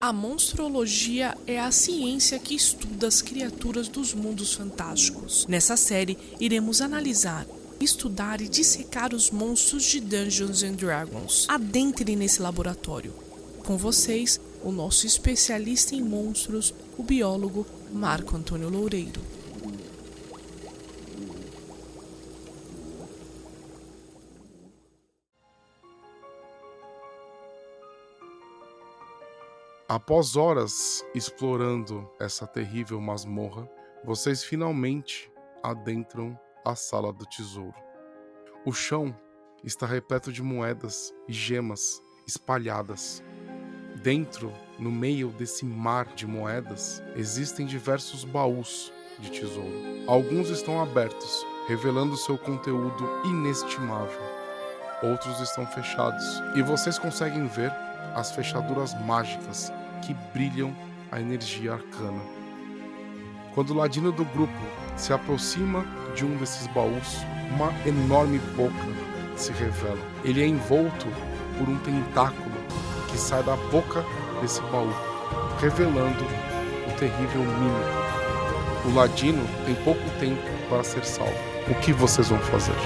A monstrologia é a ciência que estuda as criaturas dos mundos fantásticos. Nessa série, iremos analisar, estudar e dissecar os monstros de Dungeons & Dragons. Adentre nesse laboratório. Com vocês, o nosso especialista em monstros, o biólogo Marco Antônio Loureiro. Após horas explorando essa terrível masmorra, vocês finalmente adentram a sala do tesouro. O chão está repleto de moedas e gemas espalhadas. Dentro, no meio desse mar de moedas, existem diversos baús de tesouro. Alguns estão abertos, revelando seu conteúdo inestimável. Outros estão fechados, e vocês conseguem ver as fechaduras mágicas que brilham a energia arcana. Quando o ladino do grupo se aproxima de um desses baús, uma enorme boca se revela. Ele é envolto por um tentáculo que sai da boca desse baú, revelando o terrível Mímico. O ladino tem pouco tempo para ser salvo. O que vocês vão fazer?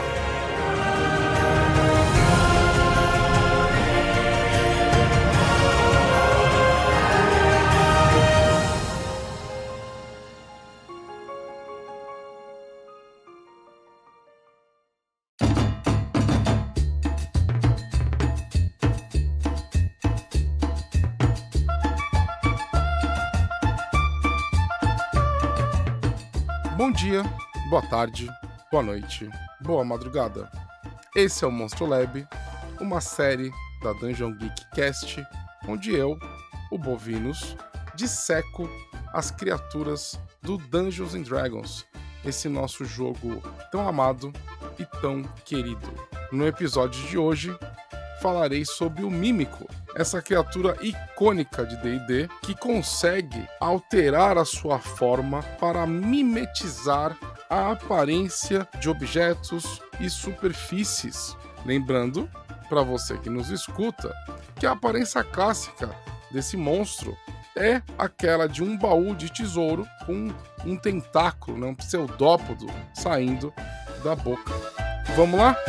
Bom dia, boa tarde, boa noite, boa madrugada. Esse é o Monstro Lab, uma série da Dungeon Geek Cast, onde eu, o Bovinus, disseco as criaturas do Dungeons & Dragons, esse nosso jogo tão amado e tão querido. No episódio de hoje, falarei sobre o Mímico, essa criatura icônica de D&D que consegue alterar a sua forma para mimetizar a aparência de objetos e superfícies. Lembrando, para você que nos escuta, que a aparência clássica desse monstro é aquela de um baú de tesouro com um tentáculo, um pseudópodo saindo da boca. Vamos lá?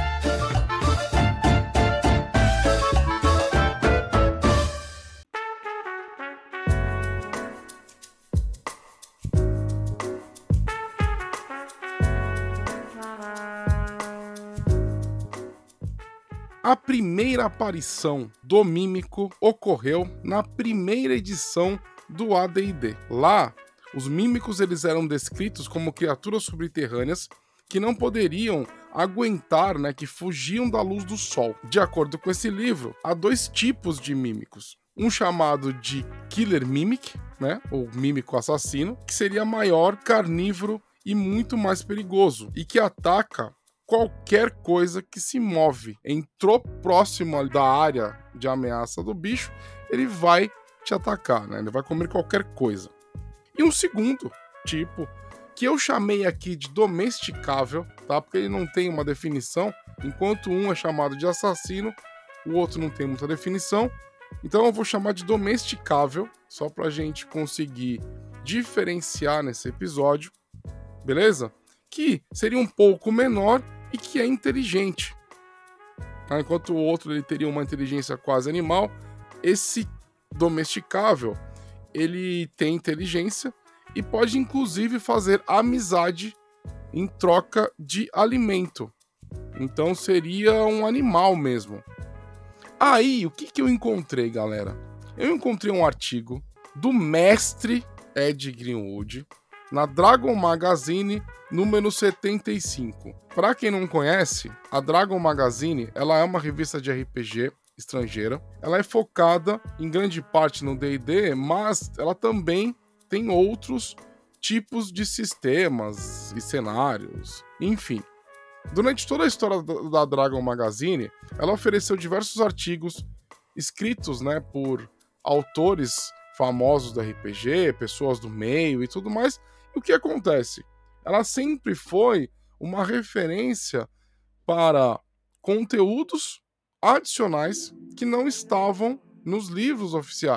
A primeira aparição do Mímico ocorreu na primeira edição do AD&D. Lá, os Mímicos eles eram descritos como criaturas subterrâneas que não poderiam aguentar, que fugiam da luz do sol. De acordo com esse livro, há dois tipos de Mímicos. Um chamado de Killer Mimic, ou Mímico assassino, que seria maior, carnívoro e muito mais perigoso, e que ataca qualquer coisa que se move. Entrou próximo da área de ameaça do bicho, ele vai te atacar, ele vai comer qualquer coisa. E um segundo tipo, que eu chamei aqui de domesticável, porque ele não tem uma definição, enquanto um é chamado de assassino, o outro não tem muita definição, então eu vou chamar de domesticável, só pra gente conseguir diferenciar nesse episódio, beleza? Que seria um pouco menor e que é inteligente. Enquanto o outro ele teria uma inteligência quase animal, esse domesticável ele tem inteligência e pode inclusive fazer amizade em troca de alimento. Então seria um animal mesmo. Aí, o que eu encontrei, galera? Eu encontrei um artigo do mestre Ed Greenwood na Dragon Magazine número 75. Para quem não conhece, a Dragon Magazine ela é uma revista de RPG estrangeira. Ela é focada em grande parte no D&D, mas ela também tem outros tipos de sistemas e cenários, enfim. Durante toda a história da Dragon Magazine, ela ofereceu diversos artigos escritos por autores famosos do RPG, pessoas do meio e tudo mais. E o que acontece? Ela sempre foi uma referência para conteúdos adicionais que não estavam nos livros oficiais.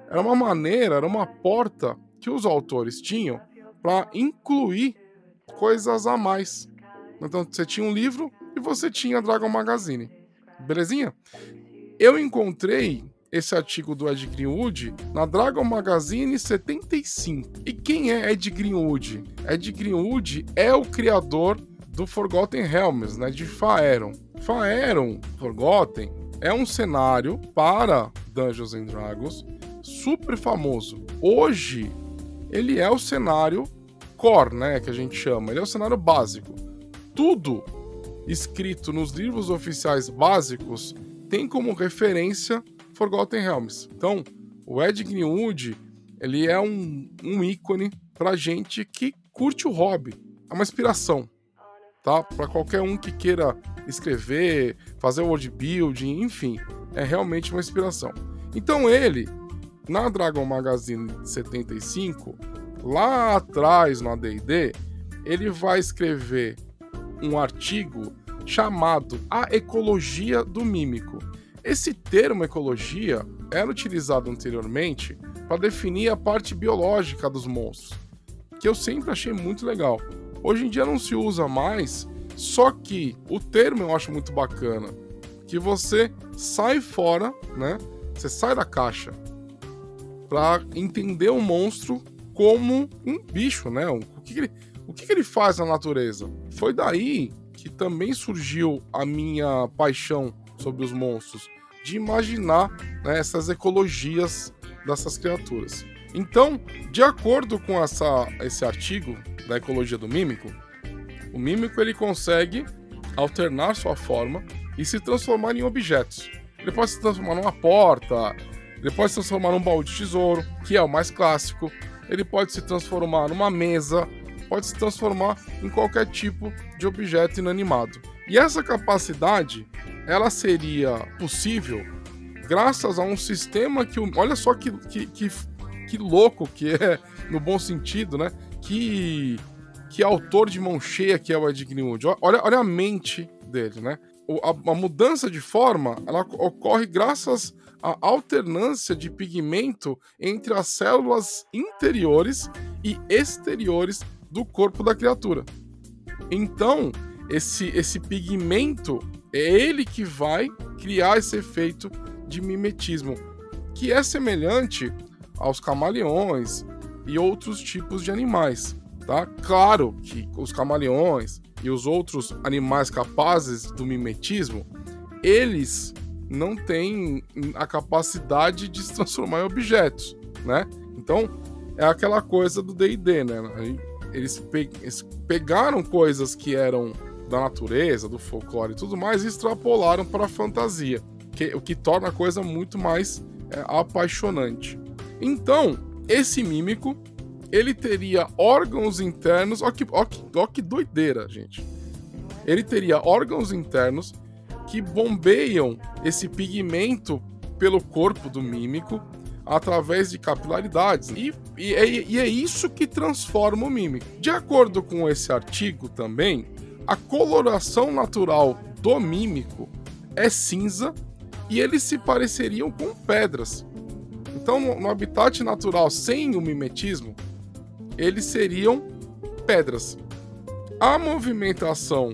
era uma maneira, era uma porta que os autores tinham para incluir coisas a mais. Então você tinha um livro e você tinha Dragon Magazine. Belezinha? Eu encontrei esse artigo do Ed Greenwood na Dragon Magazine 75. E quem é Ed Greenwood? Ed Greenwood é o criador do Forgotten Realms, né, de Faerûn. Faerûn, Forgotten, é um cenário para Dungeons and Dragons super famoso. Hoje, ele é o cenário core, né, que a gente chama. Ele é o cenário básico. Tudo escrito nos livros oficiais básicos tem como referência Forgotten Realms. Então, o Ed Greenwood, ele é um ícone pra gente que curte o hobby. É uma inspiração, tá? Para qualquer um que queira escrever, fazer world building, enfim, é realmente uma inspiração. Então ele, na Dragon Magazine 75, lá atrás no AD&D, ele vai escrever um artigo chamado A Ecologia do Mímico. Esse termo ecologia era utilizado anteriormente para definir a parte biológica dos monstros, que eu sempre achei muito legal. Hoje em dia não se usa mais, só que o termo eu acho muito bacana, que você sai fora, né? Você sai da caixa para entender o monstro como um bicho, né? O que ele faz na natureza? Foi daí que também surgiu a minha paixão sobre os monstros, de imaginar, né, essas ecologias dessas criaturas. Então, de acordo com esse artigo da ecologia do mímico, o mímico ele consegue alternar sua forma e se transformar em objetos. Ele pode se transformar numa porta, ele pode se transformar num baú de tesouro, que é o mais clássico, ele pode se transformar numa mesa, pode se transformar em qualquer tipo de objeto inanimado. E essa capacidade, ela seria possível graças a um sistema que... Olha só que louco que é, no bom sentido, né? Que autor de mão cheia que é o Ed Greenwood. Olha a mente dele, né? A mudança de forma, ela ocorre graças à alternância de pigmento entre as células interiores e exteriores do corpo da criatura. Então, esse pigmento é ele que vai criar esse efeito de mimetismo, que é semelhante aos camaleões e outros tipos de animais, tá? Claro que os camaleões e os outros animais capazes do mimetismo, eles não têm a capacidade de se transformar em objetos, né? Então, é aquela coisa do D&D, né? Eles pegaram coisas que eram da natureza, do folclore e tudo mais, e extrapolaram para a fantasia, o que torna a coisa muito mais apaixonante. Então, esse mímico, ele teria órgãos internos, ó que doideira, gente. Ele teria órgãos internos que bombeiam esse pigmento pelo corpo do mímico através de capilaridades. E é isso que transforma o mímico. De acordo com esse artigo também, a coloração natural do mímico é cinza e eles se pareceriam com pedras. Então, no habitat natural sem o mimetismo, eles seriam pedras. A movimentação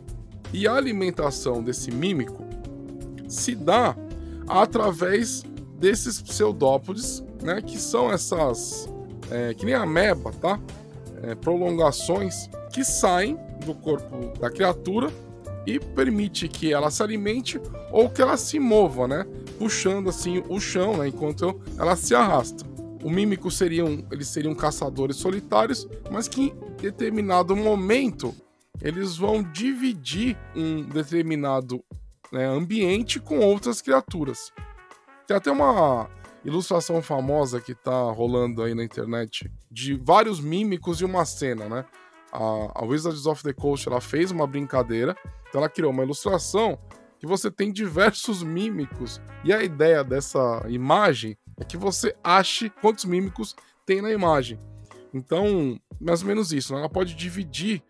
e a alimentação desse mímico se dá através desses pseudópodes, né, que são essas, que nem a ameba, tá? Prolongações que saem do corpo da criatura e permite que ela se alimente ou que ela se mova, né, puxando assim o chão, né, enquanto ela se arrasta. O mímico eles seriam caçadores solitários, mas que em determinado momento eles vão dividir um determinado, né, ambiente com outras criaturas. Tem até uma ilustração famosa que tá rolando aí na internet de vários mímicos e uma cena, né? A Wizards of the Coast, ela fez uma brincadeira, então ela criou uma ilustração que você tem diversos mímicos, e a ideia dessa imagem é que você ache quantos mímicos tem na imagem. Então, mais ou menos isso, né? Ela pode dividir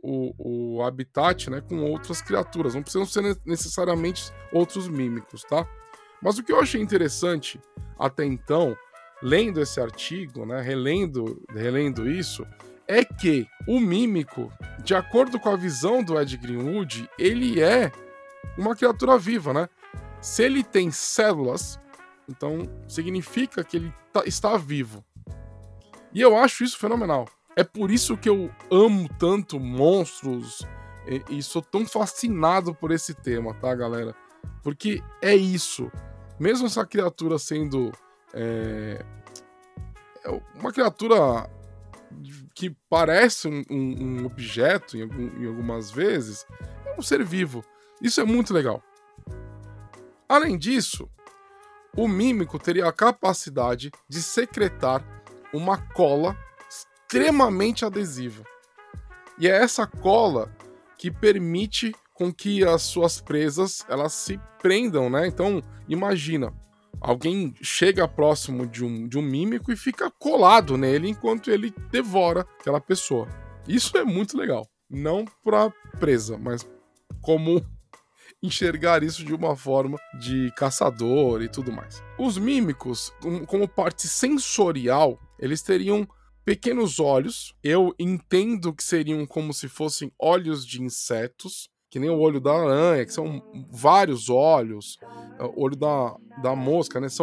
o habitat, né, com outras criaturas, não precisam ser necessariamente outros mímicos, tá? Mas o que eu achei interessante até então lendo esse artigo, né, relendo isso, é que o mímico, de acordo com a visão do Ed Greenwood, ele é uma criatura viva, né? Se ele tem células, então significa que ele está vivo. E eu acho isso fenomenal. É por isso que eu amo tanto monstros e sou tão fascinado por esse tema, tá, galera? Porque é isso. Mesmo essa criatura sendo uma criatura que parece um objeto em algumas vezes, é um ser vivo. Isso é muito legal. Além disso, o mímico teria a capacidade de secretar uma cola extremamente adesiva. E é essa cola que permite com que as suas presas elas se prendam, né? Então, imagina, alguém chega próximo de um mímico e fica colado nele enquanto ele devora aquela pessoa. Isso é muito legal. Não pra presa, mas como enxergar isso de uma forma de caçador e tudo mais. Os mímicos, como parte sensorial, eles teriam pequenos olhos. Eu entendo que seriam como se fossem olhos de insetos, que nem o olho da aranha, que são vários olhos, o olho da mosca, né?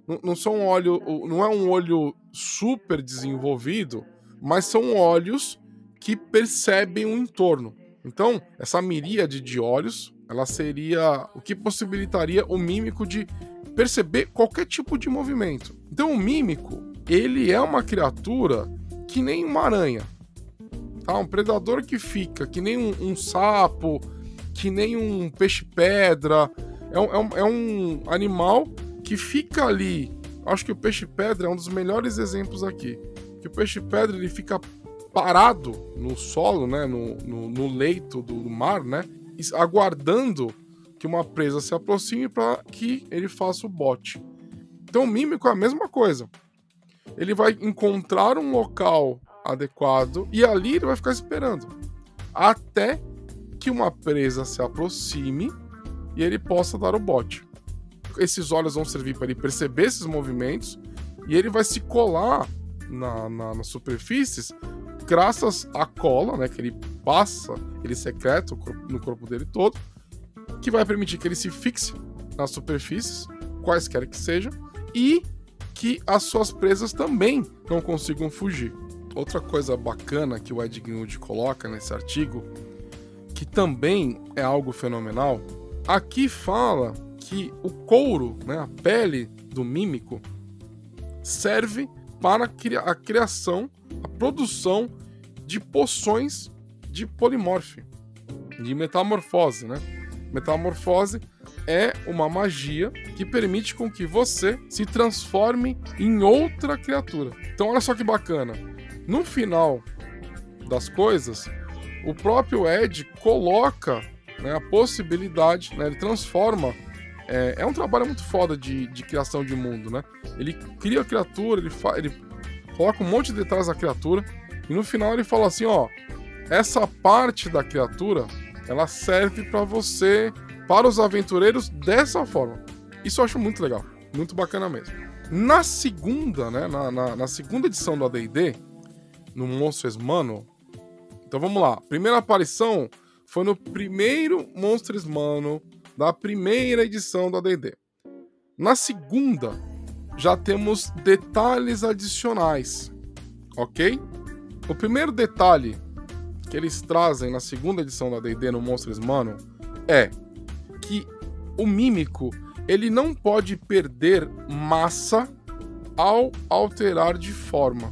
Não é um olho super desenvolvido, mas são olhos que percebem o entorno. Então, essa miríade de olhos, ela seria o que possibilitaria o mímico de perceber qualquer tipo de movimento. Então, o mímico, ele é uma criatura que nem uma aranha, tá? Um predador que fica que nem um sapo, que nem um peixe-pedra. É um animal que fica ali. Acho que o peixe-pedra é um dos melhores exemplos aqui. Que o peixe-pedra ele fica parado no solo, né, no leito do mar, né, aguardando que uma presa se aproxime para que ele faça o bote. Então o mímico é a mesma coisa. Ele vai encontrar um local adequado e ali ele vai ficar esperando até que uma presa se aproxime e ele possa dar o bote. Esses olhos vão servir para ele perceber esses movimentos e ele vai se colar nas superfícies graças à cola, né, que ele passa, ele secreta no corpo dele todo, que vai permitir que ele se fixe nas superfícies, quaisquer que sejam, e que as suas presas também não consigam fugir. Outra coisa bacana que o Ed Greenwood coloca nesse artigo, que também é algo fenomenal, aqui fala que o couro, né, a pele do mímico, serve para a criação, a produção de poções de polimorfia, de metamorfose, né? Metamorfose é uma magia que permite com que você se transforme em outra criatura. Então olha só que bacana. No final das coisas, o próprio Ed coloca, né, a possibilidade, né, ele transforma. É um trabalho muito foda de criação de mundo, né? Ele cria a criatura, ele coloca um monte de detalhes da criatura e no final ele fala assim, ó, essa parte da criatura, ela serve para os aventureiros dessa forma. Isso eu acho muito legal, muito bacana mesmo. Na segunda, né, na segunda edição do AD&D, no Monsters Manual, então vamos lá, primeira aparição foi no primeiro Monsters Manual da primeira edição do AD&D. Na segunda, já temos detalhes adicionais, ok? O primeiro detalhe que eles trazem na segunda edição do AD&D no Monsters Manual é que o mímico ele não pode perder massa ao alterar de forma.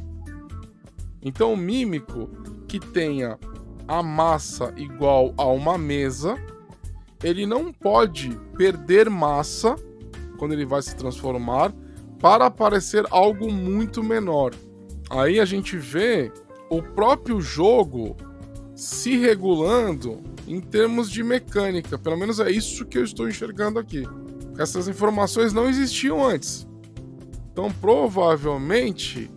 Então o mímico que tenha a massa igual a uma mesa, ele não pode perder massa quando ele vai se transformar para aparecer algo muito menor. Aí a gente vê o próprio jogo se regulando em termos de mecânica. Pelo menos é isso que eu estou enxergando aqui. Essas informações não existiam antes. Então provavelmente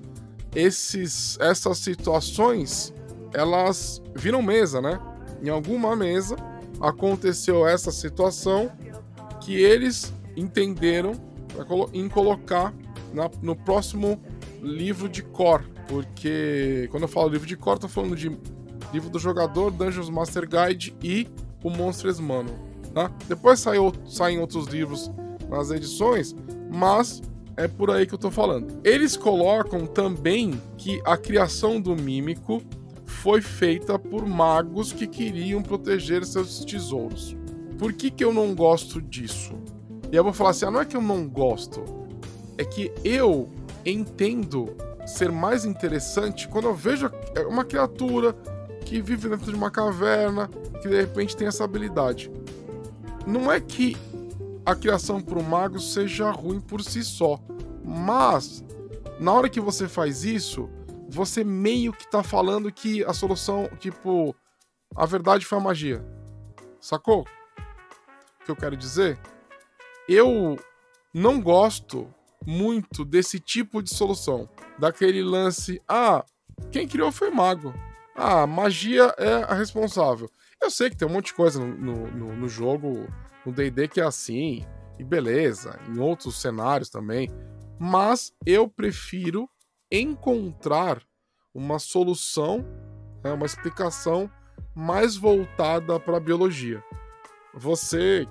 essas situações elas viram mesa, né? Em alguma mesa aconteceu essa situação que eles entenderam em colocar no próximo livro de core, porque quando eu falo livro de core, eu tô falando de livro do jogador, Dungeons Master Guide e o Monsters Manual, tá? Depois saem outros livros nas edições, mas é por aí que eu tô falando. Eles colocam também que a criação do mímico foi feita por magos que queriam proteger seus tesouros. Por que eu não gosto disso? E eu vou falar assim, não é que eu não gosto, é que eu entendo ser mais interessante quando eu vejo uma criatura que vive dentro de uma caverna, que de repente tem essa habilidade. Não é que a criação por um mago seja ruim por si só, mas na hora que você faz isso, você meio que tá falando que a solução, tipo, a verdade foi a magia. Sacou? O que eu quero dizer? Eu não gosto muito desse tipo de solução. Daquele lance, quem criou foi mago. Magia é a responsável. Eu sei que tem um monte de coisa no jogo, no D&D que é assim, e beleza, em outros cenários também, mas eu prefiro encontrar uma solução, uma explicação mais voltada para a biologia. Você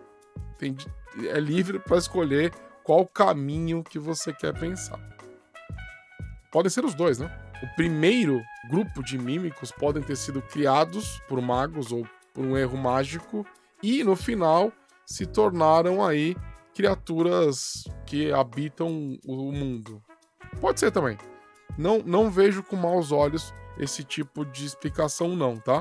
é livre para escolher qual caminho que você quer pensar. Podem ser os dois, né? O primeiro grupo de mímicos podem ter sido criados por magos ou por um erro mágico e, no final, se tornaram aí criaturas que habitam o mundo. Pode ser também. Não vejo com maus olhos esse tipo de explicação não, tá?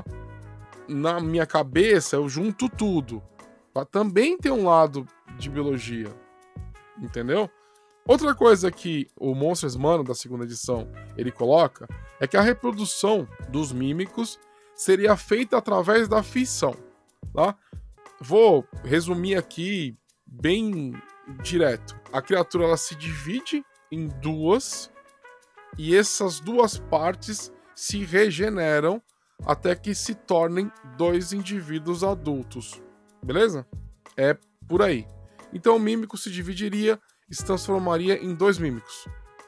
Na minha cabeça, eu junto tudo. Pra também ter um lado de biologia. Entendeu? Outra coisa que o Monsters Manual da segunda edição ele coloca é que a reprodução dos mímicos seria feita através da fissão, tá? Vou resumir aqui bem direto. A criatura ela se divide em duas e essas duas partes se regeneram até que se tornem dois indivíduos adultos. Beleza? É por aí. Então o mímico se dividiria e se transformaria em dois mímicos.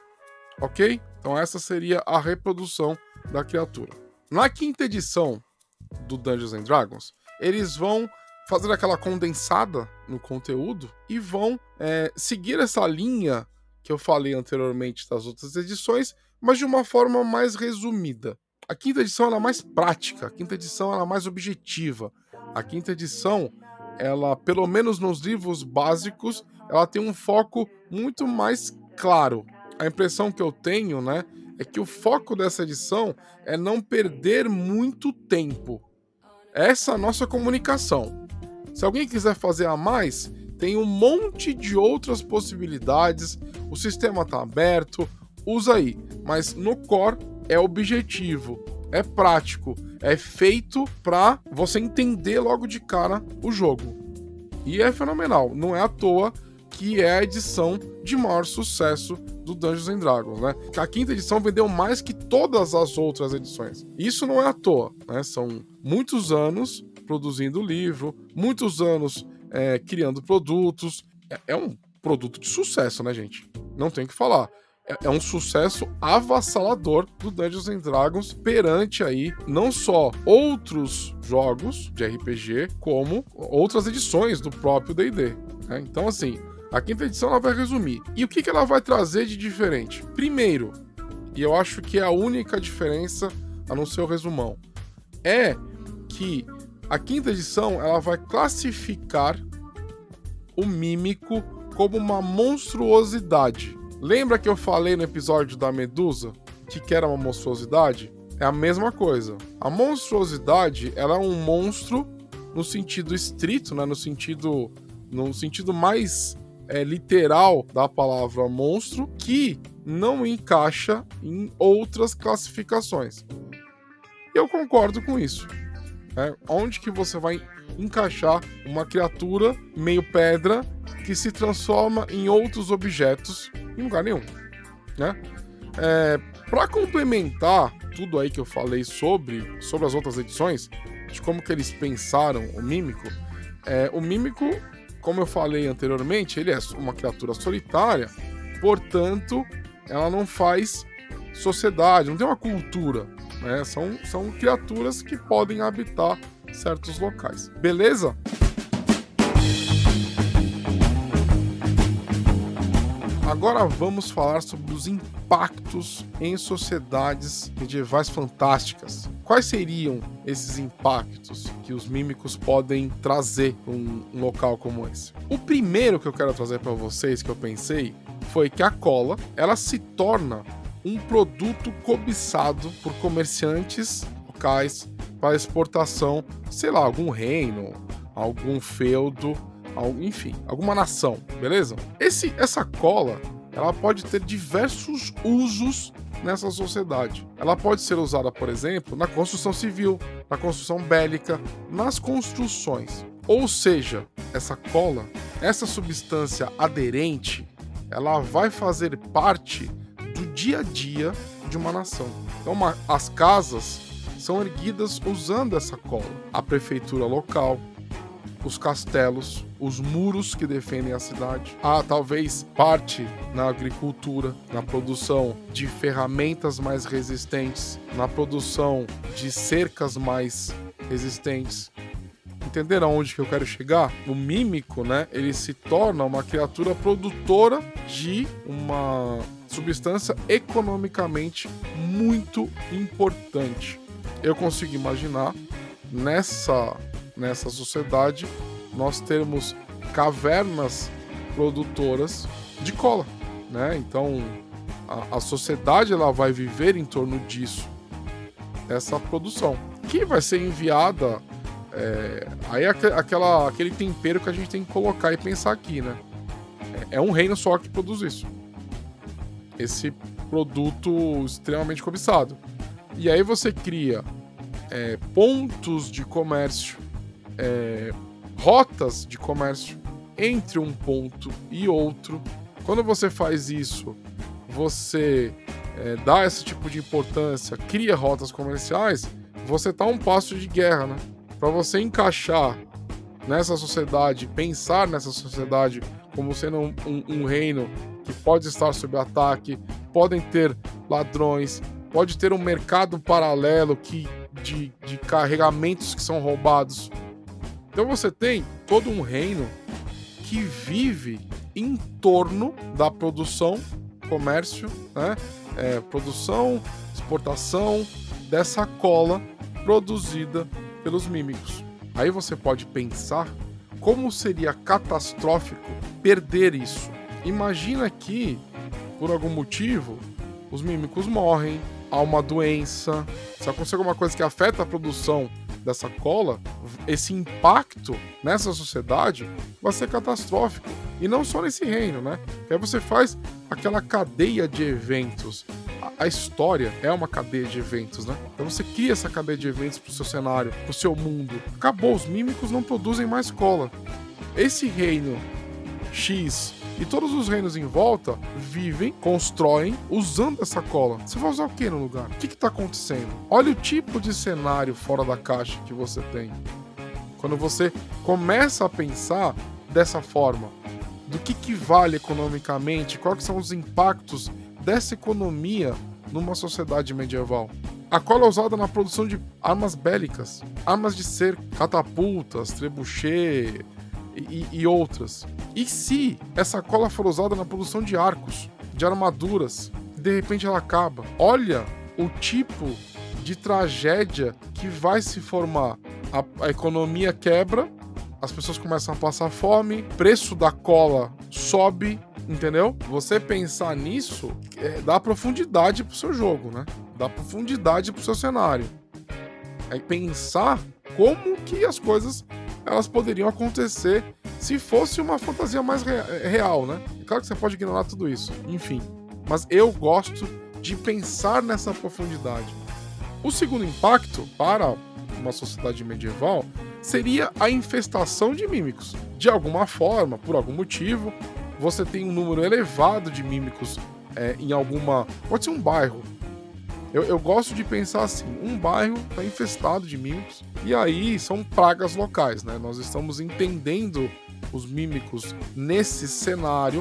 Ok? Então essa seria a reprodução da criatura. Na quinta edição do Dungeons and Dragons, eles vão fazer aquela condensada no conteúdo e vão seguir essa linha que eu falei anteriormente das outras edições, mas de uma forma mais resumida. A quinta edição ela é mais prática, a quinta edição ela é mais objetiva. A quinta edição, ela, pelo menos nos livros básicos, ela tem um foco muito mais claro. A impressão que eu tenho, né, é que o foco dessa edição é não perder muito tempo. Essa é a nossa comunicação. Se alguém quiser fazer a mais, tem um monte de outras possibilidades, o sistema está aberto, usa aí. Mas no core é objetivo, é prático, é feito para você entender logo de cara o jogo. E é fenomenal, não é à toa que é a edição de maior sucesso do Dungeons and Dragons, né? A quinta edição vendeu mais que todas as outras edições. Isso não é à toa, né? São muitos anos produzindo livro, muitos anos criando produtos. É um produto de sucesso, né, gente? Não tem o que falar. É um sucesso avassalador do Dungeons and Dragons perante aí não só outros jogos de RPG, como outras edições do próprio D&D. Né? Então, assim, a quinta edição ela vai resumir. E o que ela vai trazer de diferente? Primeiro, e eu acho que é a única diferença, a não ser o resumão, é que a quinta edição ela vai classificar o mímico como uma monstruosidade. Lembra que eu falei no episódio da Medusa que era uma monstruosidade? É a mesma coisa. A monstruosidade ela é um monstro no sentido estrito, né? no sentido mais literal da palavra monstro, que não encaixa em outras classificações. Eu concordo com isso. Onde que você vai encaixar uma criatura meio pedra que se transforma em outros objetos em lugar nenhum, né? Para complementar tudo aí que eu falei sobre as outras edições, de como que eles pensaram o mímico, como eu falei anteriormente, ele é uma criatura solitária portanto, ela não faz sociedade, não tem uma cultura, né? São criaturas que podem habitar certos locais. Beleza? Agora vamos falar sobre os impactos em sociedades medievais fantásticas. Quais seriam esses impactos que os mímicos podem trazer para um local como esse? O primeiro que eu quero trazer para vocês, que eu pensei, foi que a cola, ela se torna um produto cobiçado por comerciantes locais para exportação, sei lá, algum reino, algum feudo, enfim, alguma nação, beleza? Essa cola, ela pode ter diversos usos nessa sociedade. Ela pode ser usada, por exemplo, na construção civil, na construção bélica, nas construções. Ou seja, essa cola, essa substância aderente, ela vai fazer parte do dia a dia de uma nação. Então, as casas são erguidas usando essa cola. A prefeitura local, os castelos, os muros que defendem a cidade. Talvez parte na agricultura, na produção de ferramentas mais resistentes, na produção de cercas mais resistentes. Entenderam onde que eu quero chegar? O mímico, né, ele se torna uma criatura produtora de uma substância economicamente muito importante. Eu consigo imaginar nessa sociedade nós termos cavernas produtoras de cola, né? Então a sociedade ela vai viver em torno disso, essa produção, que vai ser enviada. Aí aquele tempero que a gente tem que colocar e pensar aqui, né? É um reino só que produz isso. Esse produto extremamente cobiçado. E aí você cria pontos de comércio, rotas de comércio entre um ponto e outro. Quando você faz isso, você dá esse tipo de importância, cria rotas comerciais, você tá a um passo de guerra, né? Para você encaixar nessa sociedade, pensar nessa sociedade como sendo um reino que pode estar sob ataque, podem ter ladrões, pode ter um mercado paralelo de carregamentos que são roubados. Então você tem todo um reino que vive em torno da produção, comércio, né? Produção, exportação dessa cola produzida pelos mímicos. Aí você pode pensar como seria catastrófico perder isso. Imagina que, por algum motivo, os mímicos morrem, há uma doença, se acontecer alguma coisa que afeta a produção dessa cola, esse impacto nessa sociedade vai ser catastrófico. E não só nesse reino, né? Porque aí você faz aquela cadeia de eventos. A história é uma cadeia de eventos, né? Então você cria essa cadeia de eventos pro seu cenário, pro seu mundo. Acabou, os mímicos não produzem mais cola. Esse reino X e todos os reinos em volta vivem, constroem usando essa cola. Você vai usar o que no lugar? O que está acontecendo? Olha o tipo de cenário fora da caixa que você tem. Quando você começa a pensar dessa forma, do que vale economicamente, quais são os impactos dessa economia numa sociedade medieval. A cola é usada na produção de armas bélicas, armas de cerco, catapultas, trebuchet e outras. E se essa cola for usada na produção de arcos, de armaduras, de repente ela acaba? Olha o tipo de tragédia que vai se formar. A economia quebra, as pessoas começam a passar fome, preço da cola sobe, entendeu? Você pensar nisso dá profundidade pro seu jogo, né? Dá profundidade pro seu cenário. É pensar como que as coisas elas poderiam acontecer se fosse uma fantasia mais real, né? Claro que você pode ignorar tudo isso, enfim. Mas eu gosto de pensar nessa profundidade. O segundo impacto para uma sociedade medieval seria a infestação de mímicos. De alguma forma, por algum motivo, você tem um número elevado de mímicos em alguma... Pode ser um bairro. Eu gosto de pensar assim, um bairro está infestado de mímicos, e aí são pragas locais, né? Nós estamos entendendo os mímicos nesse cenário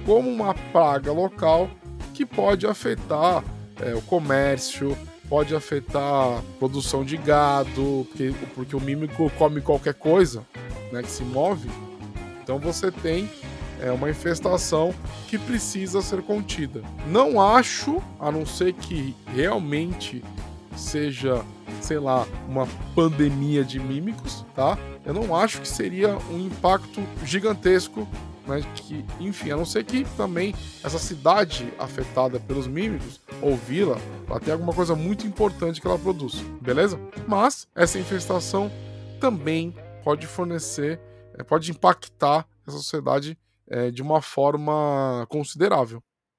como uma praga local que pode afetar o comércio, pode afetar a produção de gado, porque o mímico come qualquer coisa, né, que se move. Então você tem uma infestação que precisa ser contida. Não acho, a não ser que realmente seja, sei lá, uma pandemia de mímicos, tá? Eu não acho que seria um impacto gigantesco, né? Que, enfim, a não ser que também essa cidade afetada pelos mímicos, ou vila, ela tem alguma coisa muito importante que ela produz, beleza? Mas essa infestação também pode fornecer, pode impactar a sociedade de uma forma considerável.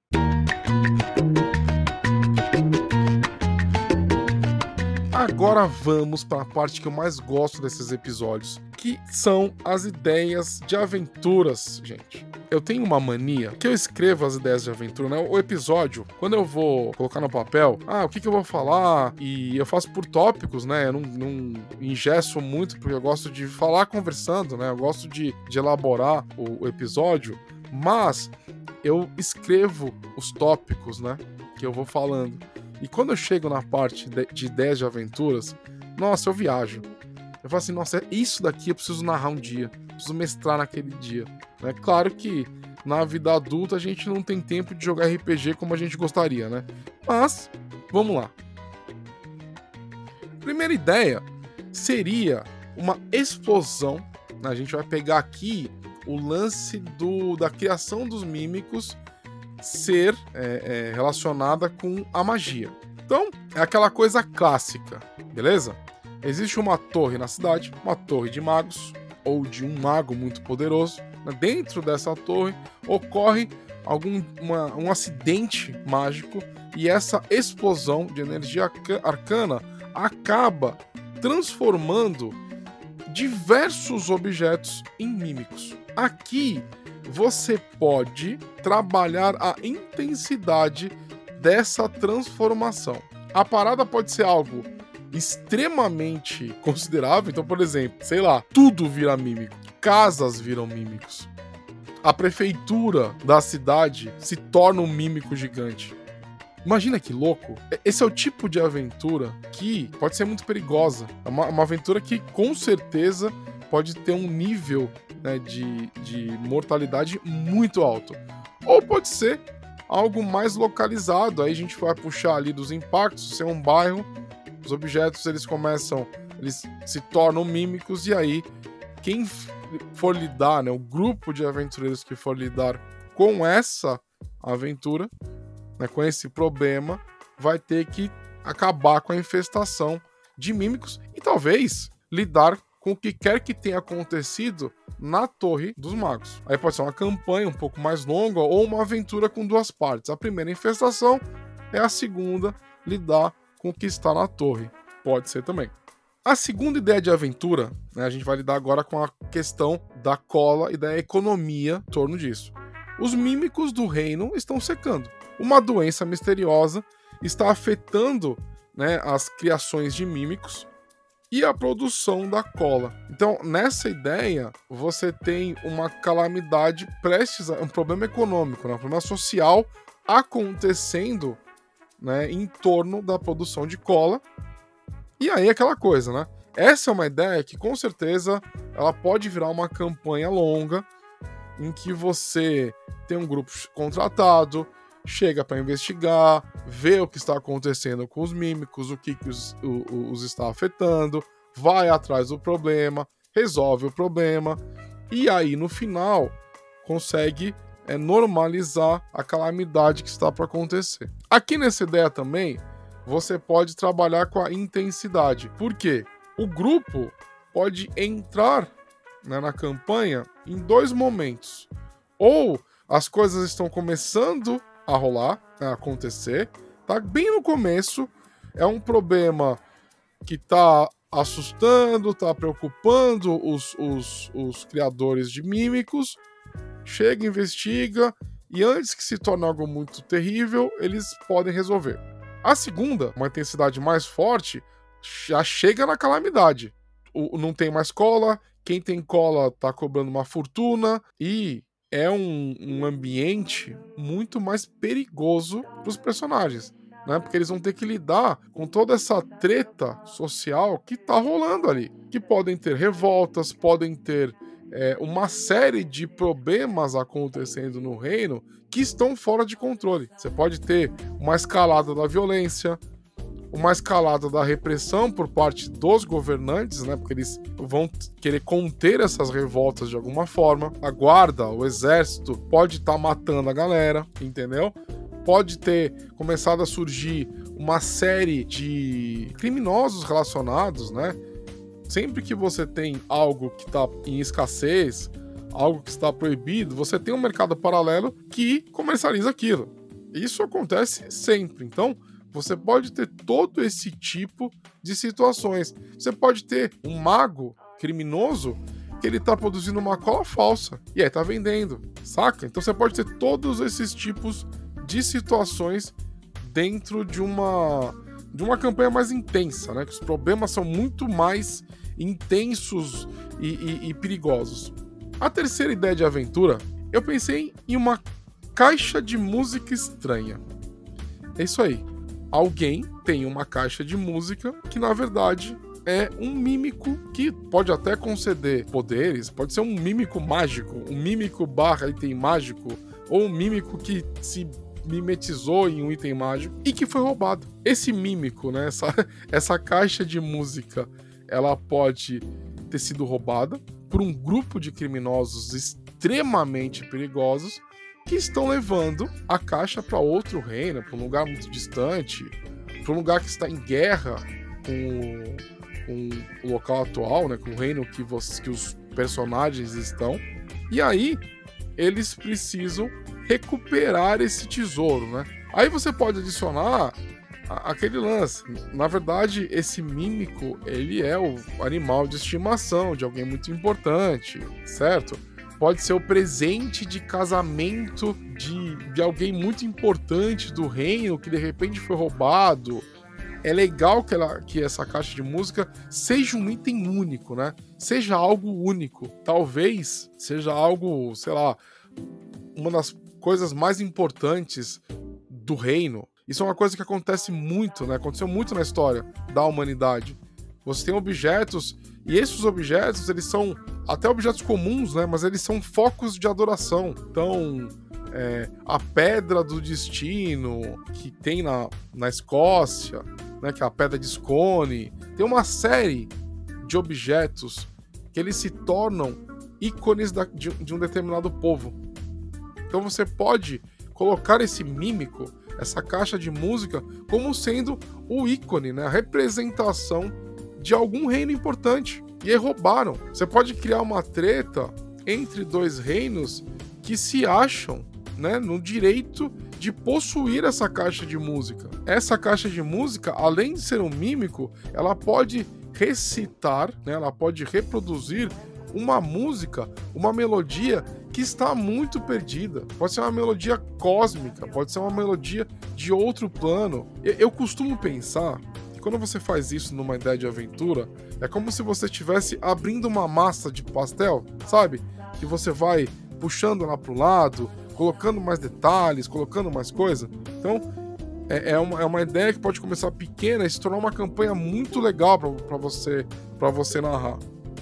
Agora vamos para a parte que eu mais gosto desses episódios, que são as ideias de aventuras, gente. Eu tenho uma mania que eu escrevo as ideias de aventura, né? O episódio, quando eu vou colocar no papel, o que eu vou falar, e eu faço por tópicos, né? Eu não engesso muito, porque eu gosto de falar conversando, né? Eu gosto de elaborar o episódio, mas eu escrevo os tópicos, né? Que eu vou falando. E quando eu chego na parte de ideias de aventuras, nossa, eu viajo. Eu falo assim, nossa, isso daqui eu preciso narrar um dia, preciso mestrar naquele dia. É claro que na vida adulta a gente não tem tempo de jogar RPG como a gente gostaria, né? Mas, vamos lá. Primeira ideia seria uma explosão. A gente vai pegar aqui o lance da criação dos mímicos ser relacionada com a magia. Então, é aquela coisa clássica, beleza? Existe uma torre na cidade, uma torre de magos, ou de um mago muito poderoso. Dentro dessa torre ocorre um acidente mágico e essa explosão de energia arcana acaba transformando diversos objetos em mímicos. Aqui você pode trabalhar a intensidade dessa transformação. A parada pode ser algo extremamente considerável. Então, por exemplo, sei lá, tudo vira mímico. Casas viram mímicos. A prefeitura da cidade se torna um mímico gigante. Imagina que louco. Esse é o tipo de aventura que pode ser muito perigosa. É uma aventura que, com certeza, pode ter um nível, né, de mortalidade muito alto. Ou pode ser algo mais localizado. Aí a gente vai puxar ali dos impactos, ser um bairro, os objetos eles se tornam mímicos, e aí quem for lidar, né, o grupo de aventureiros que for lidar com essa aventura, né, com esse problema, vai ter que acabar com a infestação de mímicos e talvez lidar com o que quer que tenha acontecido na Torre dos Magos. Aí pode ser uma campanha um pouco mais longa ou uma aventura com duas partes. A primeira infestação é a segunda lidar com o que está na torre. Pode ser também. A segunda ideia de aventura, né, a gente vai lidar agora com a questão da cola e da economia em torno disso. Os mímicos do reino estão secando. Uma doença misteriosa está afetando, né, as criações de mímicos e a produção da cola. Então, nessa ideia, você tem uma calamidade prestes a um problema econômico, né, um problema social acontecendo, né, em torno da produção de cola. E aí aquela coisa, né? Essa é uma ideia que com certeza ela pode virar uma campanha longa em que você tem um grupo contratado, chega para investigar, vê o que está acontecendo com os mímicos, o que os está afetando, vai atrás do problema, resolve o problema e aí no final consegue normalizar a calamidade que está para acontecer. Aqui nessa ideia também você pode trabalhar com a intensidade. Por quê? O grupo pode entrar, né, na campanha em dois momentos. Ou as coisas estão começando a rolar, a acontecer, tá bem no começo, é um problema que tá assustando, tá preocupando os criadores de mímicos, chega, investiga, e antes que se torne algo muito terrível, eles podem resolver. A segunda, uma intensidade mais forte, já chega na calamidade. Não tem mais cola, quem tem cola tá cobrando uma fortuna, e é um ambiente muito mais perigoso para os personagens, né? Porque eles vão ter que lidar com toda essa treta social que tá rolando ali. Que podem ter revoltas, podem ter uma série de problemas acontecendo no reino que estão fora de controle. Você pode ter uma escalada da violência, uma escalada da repressão por parte dos governantes, né? Porque eles vão querer conter essas revoltas de alguma forma. A guarda, o exército, pode estar matando a galera, entendeu? Pode ter começado a surgir uma série de criminosos relacionados, né? Sempre que você tem algo que está em escassez, algo que está proibido, você tem um mercado paralelo que comercializa aquilo. Isso acontece sempre. Então, você pode ter todo esse tipo de situações. Você pode ter um mago criminoso que ele tá produzindo uma cola falsa e aí tá vendendo, saca? Então você pode ter todos esses tipos de situações dentro de uma campanha mais intensa, né? Que os problemas são muito mais intensos e perigosos. A terceira ideia de aventura, eu pensei em uma caixa de música estranha. É isso aí. Alguém tem uma caixa de música que, na verdade, é um mímico que pode até conceder poderes, pode ser um mímico mágico, um mímico / item mágico, ou um mímico que se mimetizou em um item mágico e que foi roubado. Esse mímico, né, essa caixa de música, ela pode ter sido roubada por um grupo de criminosos extremamente perigosos que estão levando a caixa para outro reino, para um lugar muito distante, para um lugar que está em guerra com o local atual, né, com o reino que os personagens estão. E aí eles precisam recuperar esse tesouro, né? Aí você pode adicionar aquele lance. Na verdade, esse mímico, ele é o animal de estimação de alguém muito importante, certo? Pode ser o presente de casamento de alguém muito importante do reino que de repente foi roubado. É legal que essa caixa de música seja um item único, né? Seja algo único. Talvez seja algo, sei lá, uma das coisas mais importantes do reino. Isso é uma coisa que acontece muito, né? Aconteceu muito na história da humanidade. Você tem objetos, e esses objetos, eles são até objetos comuns, né? Mas eles são focos de adoração. Então, a Pedra do Destino, que tem na Escócia, né? Que é a Pedra de Scone. Tem uma série de objetos que eles se tornam ícones de um determinado povo. Então você pode colocar esse mímico, essa caixa de música, como sendo o ícone, né? A representação de algum reino importante. E aí roubaram. Você pode criar uma treta entre dois reinos que se acham, né, no direito de possuir essa caixa de música. Essa caixa de música, além de ser um mímico, ela pode recitar, né, ela pode reproduzir uma música, uma melodia que está muito perdida. Pode ser uma melodia cósmica, pode ser uma melodia de outro plano. Eu costumo pensar que quando você faz isso numa ideia de aventura, é como se você estivesse abrindo uma massa de pastel, sabe? Que você vai puxando lá pro lado, colocando mais detalhes, colocando mais coisa. Então, é uma ideia que pode começar pequena e se tornar uma campanha muito legal para você narrar.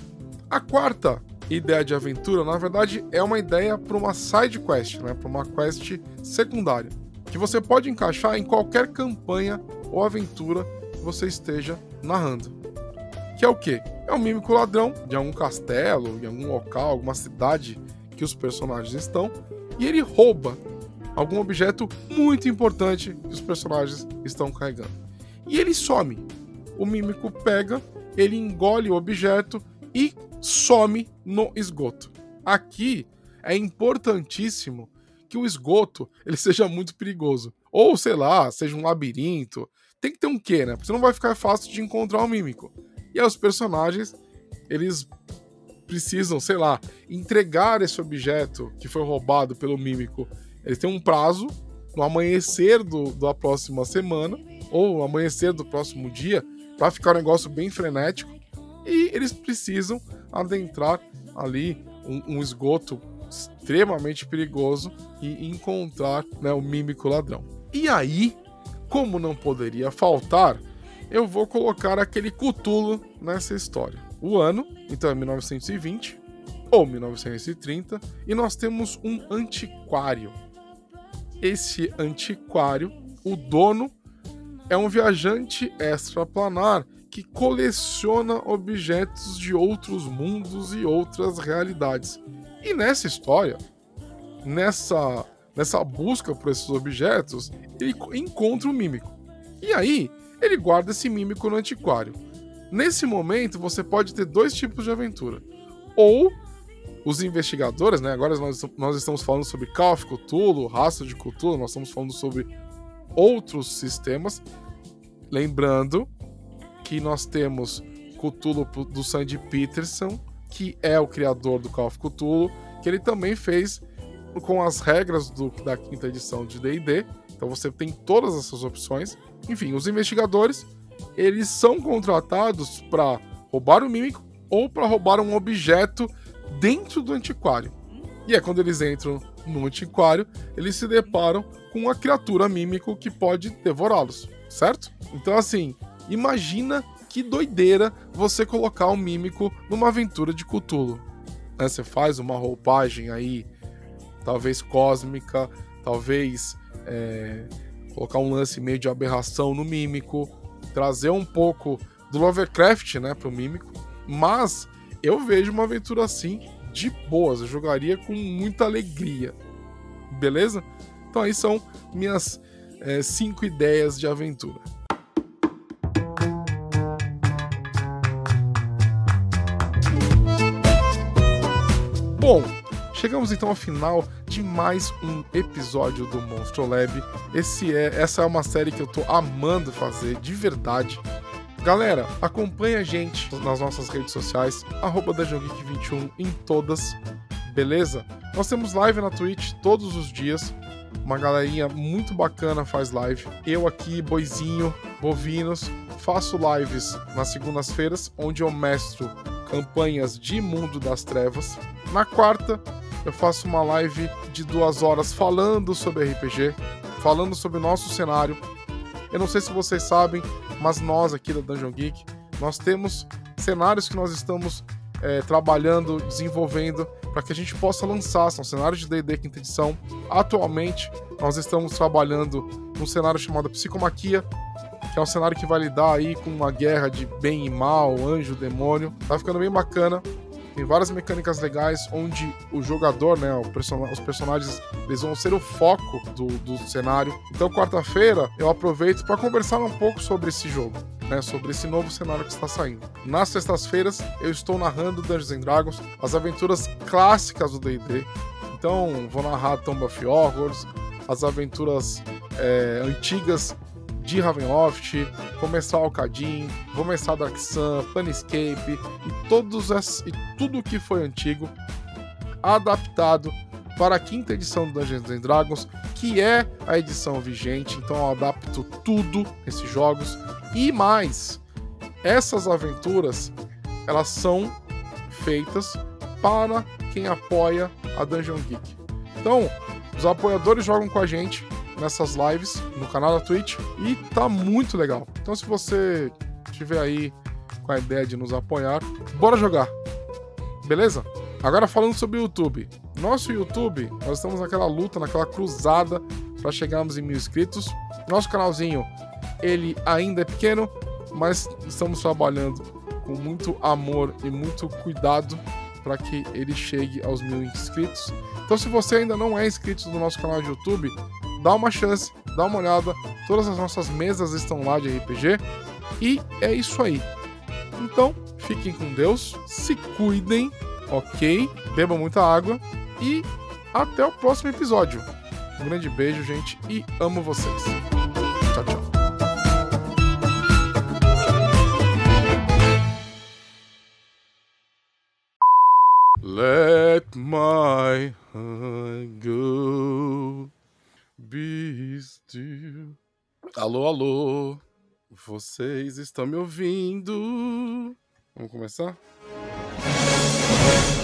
A quarta ideia de aventura, na verdade, é uma ideia para uma side quest, né? Para uma quest secundária, que você pode encaixar em qualquer campanha ou aventura que você esteja narrando. Que é o quê? É um mímico ladrão de algum castelo, de algum local, alguma cidade que os personagens estão, e ele rouba algum objeto muito importante que os personagens estão carregando. E ele some. O mímico pega, ele engole o objeto e some no esgoto. Aqui é importantíssimo que o esgoto ele seja muito perigoso. Ou, sei lá, seja um labirinto. Tem que ter um quê, né? Porque senão vai ficar fácil de encontrar o mímico. E aí os personagens, eles precisam, sei lá, entregar esse objeto que foi roubado pelo mímico. Eles têm um prazo no amanhecer da próxima semana, ou no amanhecer do próximo dia, para ficar um negócio bem frenético. E eles precisam adentrar ali um esgoto extremamente perigoso e encontrar, né, o mímico ladrão. E aí, como não poderia faltar, eu vou colocar aquele Cthulhu nessa história. O ano, então, é 1920 ou 1930, e nós temos um antiquário. Esse antiquário, o dono, é um viajante extraplanar que coleciona objetos de outros mundos e outras realidades. E nessa história, nessa busca por esses objetos, ele encontra um mímico. E aí, ele guarda esse mímico no antiquário. Nesse momento, você pode ter dois tipos de aventura. Ou os investigadores, né? Agora nós estamos falando sobre Call of Cthulhu, Rastro de Cthulhu, nós estamos falando sobre outros sistemas. Lembrando que nós temos Cthulhu do Sandy Peterson, que é o criador do Call of Cthulhu, que ele também fez com as regras da quinta edição de D&D. Então você tem todas essas opções. Enfim, os investigadores, eles são contratados para roubar o mímico ou para roubar um objeto dentro do antiquário. E é quando eles entram no antiquário, eles se deparam com uma criatura mímico que pode devorá-los, certo? Então, assim, imagina que doideira você colocar um mímico numa aventura de Cthulhu. Né? Você faz uma roupagem aí, talvez cósmica, talvez colocar um lance meio de aberração no mímico, trazer um pouco do Lovecraft, né, pro mímico, mas eu vejo uma aventura assim de boas, eu jogaria com muita alegria, beleza? Então aí são minhas 5 ideias de aventura. Bom, chegamos então ao final de mais um episódio do Monstro Lab. Essa é uma série que eu tô amando fazer, de verdade. Galera, acompanha a gente nas nossas redes sociais, @DungeonGeek21 em todas, beleza? Nós temos live na Twitch todos os dias, uma galerinha muito bacana faz live. Eu aqui, Boizinho, Bovinos, faço lives nas segundas-feiras, onde eu mestro campanhas de Mundo das Trevas. Na quarta, eu faço uma live de 2 horas falando sobre RPG, falando sobre o nosso cenário. Eu não sei se vocês sabem, mas nós aqui da Dungeon Geek, nós temos cenários que nós estamos trabalhando, desenvolvendo, para que a gente possa lançar. São cenários de D&D quinta edição. Atualmente, nós estamos trabalhando num cenário chamado Psicomaquia, que é um cenário que vai lidar aí com uma guerra de bem e mal, anjo, demônio. Tá ficando bem bacana. Tem várias mecânicas legais onde o jogador, né, os personagens, eles vão ser o foco do cenário. Então, quarta-feira, eu aproveito para conversar um pouco sobre esse jogo, né, sobre esse novo cenário que está saindo. Nas sextas-feiras, eu estou narrando Dungeons & Dragons, as aventuras clássicas do D&D. Então, vou narrar Tomb of Horrors, as aventuras antigas de Ravenloft, começar Alcadim, vou começar Dark Sun, Planescape e tudo que foi antigo adaptado para a quinta edição do Dungeons & Dragons, que é a edição vigente. Então eu adapto tudo nesses jogos e mais. Essas aventuras, elas são feitas para quem apoia a Dungeon Geek. Então, os apoiadores jogam com a gente nessas lives no canal da Twitch e tá muito legal. Então, se você estiver aí com a ideia de nos apoiar, bora jogar, beleza? Agora falando sobre o YouTube. Nosso YouTube, nós estamos naquela luta, naquela cruzada para chegarmos em 1000 inscritos. Nosso canalzinho, ele ainda é pequeno, mas estamos trabalhando com muito amor e muito cuidado para que ele chegue aos 1000 inscritos. Então, se você ainda não é inscrito no nosso canal de YouTube, dá uma chance, dá uma olhada. Todas as nossas mesas estão lá de RPG. E é isso aí. Então, fiquem com Deus, se cuidem, ok? Bebam muita água e até o próximo episódio. Um grande beijo, gente, e amo vocês. Tchau, tchau. Let my heart go. Be still. Alô, alô. Vocês estão me ouvindo? Vamos começar?